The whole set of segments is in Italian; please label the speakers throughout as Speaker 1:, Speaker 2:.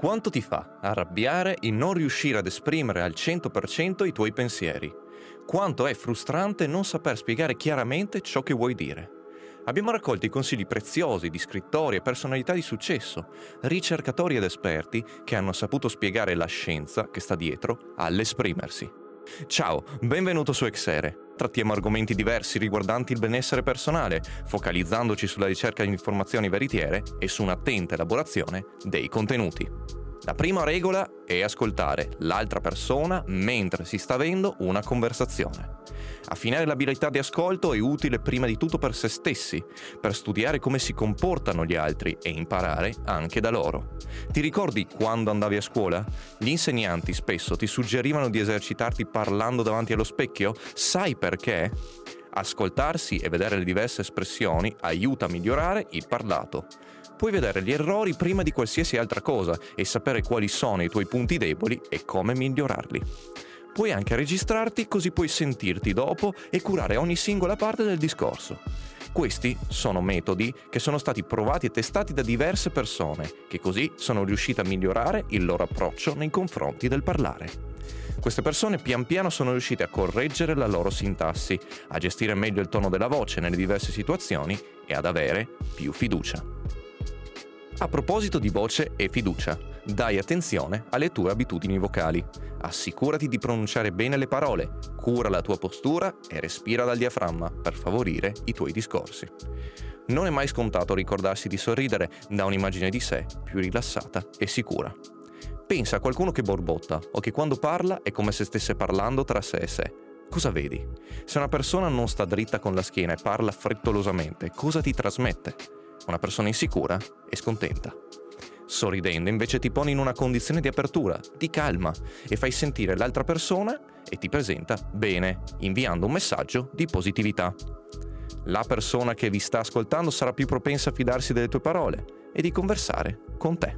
Speaker 1: Quanto ti fa arrabbiare il non riuscire ad esprimere al 100% i tuoi pensieri? Quanto è frustrante non saper spiegare chiaramente ciò che vuoi dire? Abbiamo raccolto i consigli preziosi di scrittori e personalità di successo, ricercatori ed esperti che hanno saputo spiegare la scienza che sta dietro all'esprimersi. Ciao, benvenuto su Exere. Trattiamo argomenti diversi riguardanti il benessere personale, focalizzandoci sulla ricerca di informazioni veritiere e su un'attenta elaborazione dei contenuti. La prima regola è ascoltare l'altra persona mentre si sta avendo una conversazione. Affinare l'abilità di ascolto è utile prima di tutto per se stessi, per studiare come si comportano gli altri e imparare anche da loro. Ti ricordi quando andavi a scuola? Gli insegnanti spesso ti suggerivano di esercitarti parlando davanti allo specchio? Sai perché? Ascoltarsi e vedere le diverse espressioni aiuta a migliorare il parlato. Puoi vedere gli errori prima di qualsiasi altra cosa e sapere quali sono i tuoi punti deboli e come migliorarli. Puoi anche registrarti così puoi sentirti dopo e curare ogni singola parte del discorso. Questi sono metodi che sono stati provati e testati da diverse persone, che così sono riuscite a migliorare il loro approccio nei confronti del parlare. Queste persone pian piano sono riuscite a correggere la loro sintassi, a gestire meglio il tono della voce nelle diverse situazioni e ad avere più fiducia. A proposito di voce e fiducia, dai attenzione alle tue abitudini vocali. Assicurati di pronunciare bene le parole, cura la tua postura e respira dal diaframma per favorire i tuoi discorsi. Non è mai scontato ricordarsi di sorridere da un'immagine di sé più rilassata e sicura. Pensa a qualcuno che borbotta o che quando parla è come se stesse parlando tra sé e sé. Cosa vedi? Se una persona non sta dritta con la schiena e parla frettolosamente, cosa ti trasmette? Una persona insicura e scontenta. Sorridendo invece ti poni in una condizione di apertura, di calma e fai sentire l'altra persona e ti presenta bene, inviando un messaggio di positività. La persona che vi sta ascoltando sarà più propensa a fidarsi delle tue parole e di conversare con te.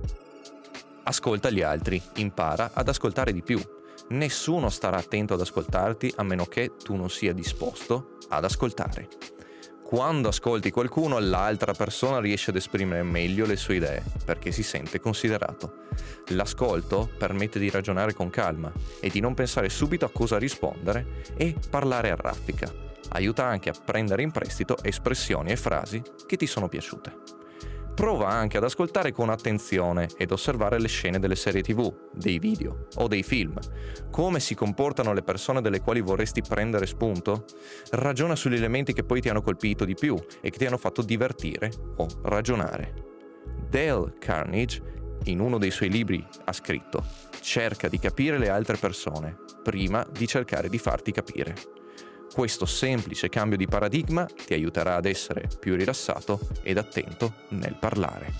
Speaker 1: Ascolta gli altri, impara ad ascoltare di più. Nessuno starà attento ad ascoltarti a meno che tu non sia disposto ad ascoltare. Quando ascolti qualcuno, l'altra persona riesce ad esprimere meglio le sue idee, perché si sente considerato. L'ascolto permette di ragionare con calma e di non pensare subito a cosa rispondere e parlare a raffica. Aiuta anche a prendere in prestito espressioni e frasi che ti sono piaciute. Prova anche ad ascoltare con attenzione ed osservare le scene delle serie TV, dei video o dei film. Come si comportano le persone delle quali vorresti prendere spunto? Ragiona sugli elementi che poi ti hanno colpito di più e che ti hanno fatto divertire o ragionare. Dale Carnegie, in uno dei suoi libri, ha scritto: cerca di capire le altre persone prima di cercare di farti capire. Questo semplice cambio di paradigma ti aiuterà ad essere più rilassato ed attento nel parlare.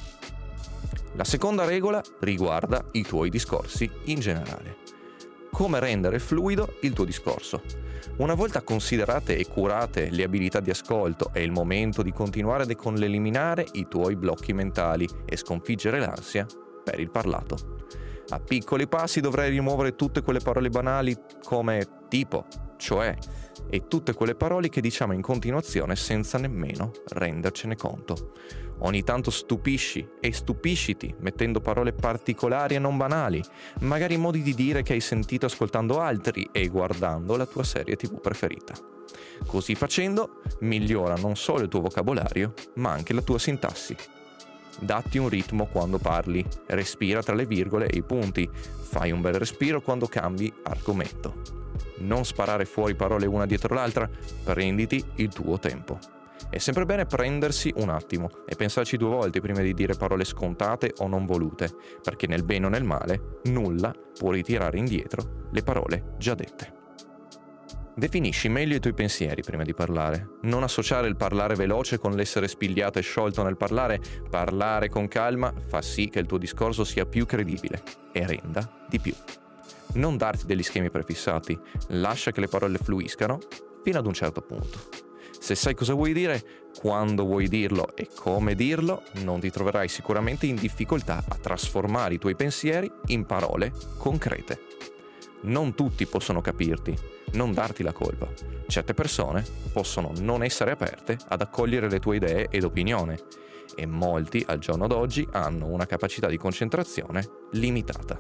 Speaker 1: La seconda regola riguarda i tuoi discorsi in generale. Come rendere fluido il tuo discorso? Una volta considerate e curate le abilità di ascolto, è il momento di continuare con l'eliminare i tuoi blocchi mentali e sconfiggere l'ansia per il parlato. A piccoli passi dovrai rimuovere tutte quelle parole banali come tipo, cioè, e tutte quelle parole che diciamo in continuazione senza nemmeno rendercene conto. Ogni tanto stupisci e stupisciti mettendo parole particolari e non banali, magari modi di dire che hai sentito ascoltando altri e guardando la tua serie TV preferita. Così facendo migliora non solo il tuo vocabolario, ma anche la tua sintassi. Datti un ritmo quando parli, respira tra le virgole e i punti, fai un bel respiro quando cambi argomento. Non sparare fuori parole una dietro l'altra, prenditi il tuo tempo. È sempre bene prendersi un attimo e pensarci 2 volte prima di dire parole scontate o non volute, perché nel bene o nel male nulla può ritirare indietro le parole già dette. Definisci meglio i tuoi pensieri prima di parlare. Non associare il parlare veloce con l'essere spigliato e sciolto nel parlare. Parlare con calma fa sì che il tuo discorso sia più credibile e renda di più. Non darti degli schemi prefissati, lascia che le parole fluiscano fino ad un certo punto. Se sai cosa vuoi dire, quando vuoi dirlo e come dirlo, non ti troverai sicuramente in difficoltà a trasformare i tuoi pensieri in parole concrete. Non tutti possono capirti, non darti la colpa. Certe persone possono non essere aperte ad accogliere le tue idee ed opinioni e molti al giorno d'oggi hanno una capacità di concentrazione limitata.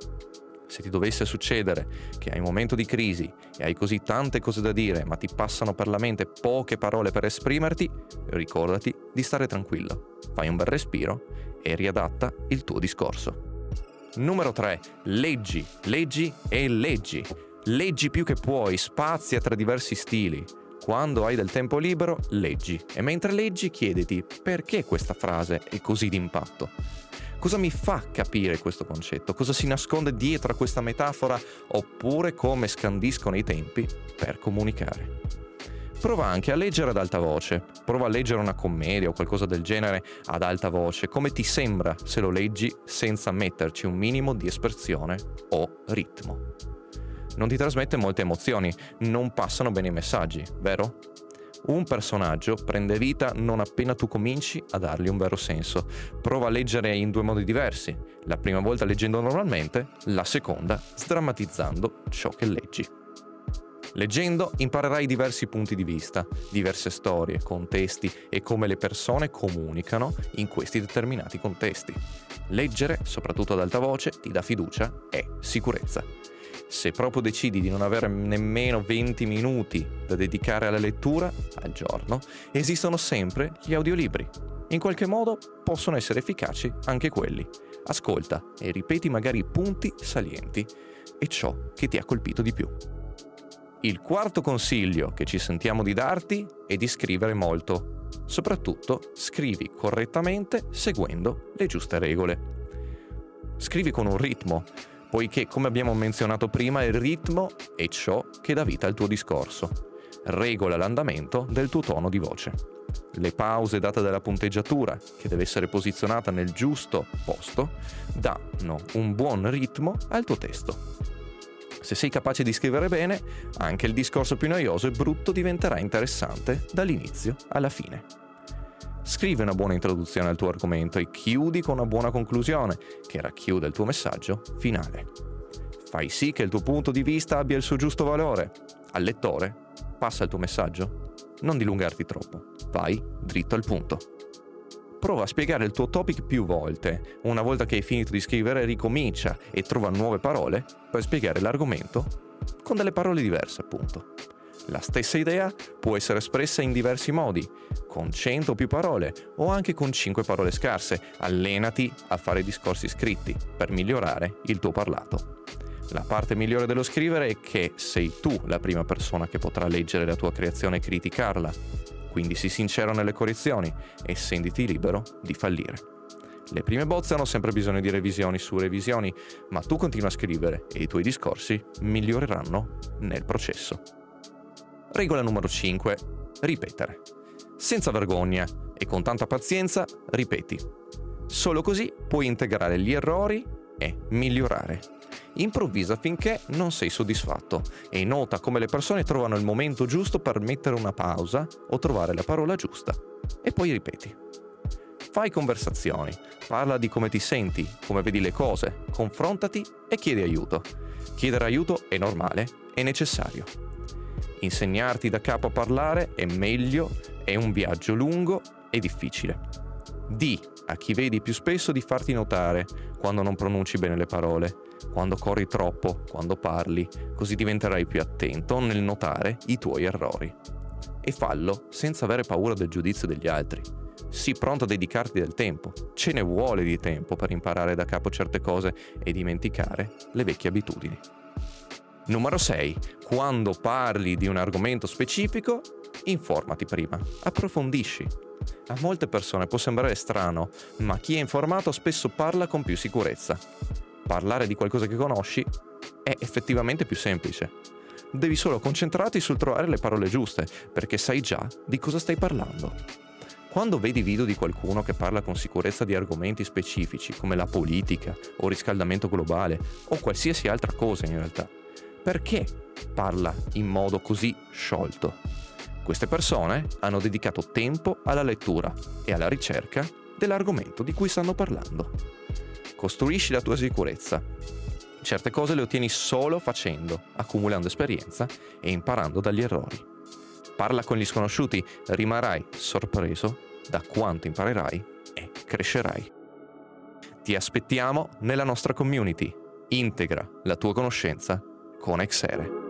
Speaker 1: Se ti dovesse succedere che hai un momento di crisi e hai così tante cose da dire ma ti passano per la mente poche parole per esprimerti, ricordati di stare tranquillo, fai un bel respiro e riadatta il tuo discorso. Numero 3. Leggi, leggi e leggi. Leggi più che puoi, spazia tra diversi stili. Quando hai del tempo libero, leggi. E mentre leggi, chiediti perché questa frase è così d'impatto. Cosa mi fa capire questo concetto? Cosa si nasconde dietro a questa metafora? Oppure come scandiscono i tempi per comunicare? Prova anche a leggere ad alta voce. Prova a leggere una commedia o qualcosa del genere ad alta voce. Come ti sembra se lo leggi senza metterci un minimo di espressione o ritmo? Non ti trasmette molte emozioni, non passano bene i messaggi, vero? Un personaggio prende vita non appena tu cominci a dargli un vero senso. Prova a leggere in 2 modi diversi. La prima volta leggendo normalmente, la seconda sdrammatizzando ciò che leggi. Leggendo imparerai diversi punti di vista, diverse storie, contesti e come le persone comunicano in questi determinati contesti. Leggere, soprattutto ad alta voce, ti dà fiducia e sicurezza. Se proprio decidi di non avere nemmeno 20 minuti da dedicare alla lettura al giorno, esistono sempre gli audiolibri. In qualche modo possono essere efficaci anche quelli. Ascolta e ripeti magari i punti salienti e ciò che ti ha colpito di più. Il quarto consiglio che ci sentiamo di darti è di scrivere molto. Soprattutto scrivi correttamente seguendo le giuste regole. Scrivi con un ritmo, poiché, come abbiamo menzionato prima, il ritmo è ciò che dà vita al tuo discorso. Regola l'andamento del tuo tono di voce. Le pause date dalla punteggiatura, che deve essere posizionata nel giusto posto, danno un buon ritmo al tuo testo. Se sei capace di scrivere bene, anche il discorso più noioso e brutto diventerà interessante dall'inizio alla fine. Scrivi una buona introduzione al tuo argomento e chiudi con una buona conclusione che racchiude il tuo messaggio finale. Fai sì che il tuo punto di vista abbia il suo giusto valore. Al lettore passa il tuo messaggio. Non dilungarti troppo, vai dritto al punto. Prova a spiegare il tuo topic più volte. Una volta che hai finito di scrivere, ricomincia e trova nuove parole per spiegare l'argomento con delle parole diverse, appunto. La stessa idea può essere espressa in diversi modi, con 100 o più parole o anche con 5 parole scarse. Allenati a fare discorsi scritti per migliorare il tuo parlato. La parte migliore dello scrivere è che sei tu la prima persona che potrà leggere la tua creazione e criticarla. Quindi sii sincero nelle correzioni e sentiti libero di fallire. Le prime bozze hanno sempre bisogno di revisioni su revisioni, ma tu continua a scrivere e i tuoi discorsi miglioreranno nel processo. Regola numero 5. Ripetere. Senza vergogna e con tanta pazienza, ripeti. Solo così puoi integrare gli errori e migliorare. Improvvisa finché non sei soddisfatto e nota come le persone trovano il momento giusto per mettere una pausa o trovare la parola giusta. E poi ripeti. Fai conversazioni, parla di come ti senti, come vedi le cose, confrontati e chiedi aiuto. Chiedere aiuto è normale e necessario. Insegnarti da capo a parlare è meglio, è un viaggio lungo e difficile. Di a chi vedi più spesso di farti notare quando non pronunci bene le parole, quando corri troppo, quando parli, così diventerai più attento nel notare i tuoi errori. E fallo senza avere paura del giudizio degli altri. Sii pronto a dedicarti del tempo, ce ne vuole di tempo per imparare da capo certe cose e dimenticare le vecchie abitudini. Numero 6. Quando parli di un argomento specifico, informati prima, approfondisci. A molte persone può sembrare strano, ma chi è informato spesso parla con più sicurezza. Parlare di qualcosa che conosci è effettivamente più semplice. Devi solo concentrarti sul trovare le parole giuste, perché sai già di cosa stai parlando. Quando vedi video di qualcuno che parla con sicurezza di argomenti specifici, come la politica o il riscaldamento globale, o qualsiasi altra cosa in realtà, perché parla in modo così sciolto? Queste persone hanno dedicato tempo alla lettura e alla ricerca dell'argomento di cui stanno parlando. Costruisci la tua sicurezza. Certe cose le ottieni solo facendo, accumulando esperienza e imparando dagli errori. Parla con gli sconosciuti, rimarrai sorpreso da quanto imparerai e crescerai. Ti aspettiamo nella nostra community. Integra la tua conoscenza con Exere.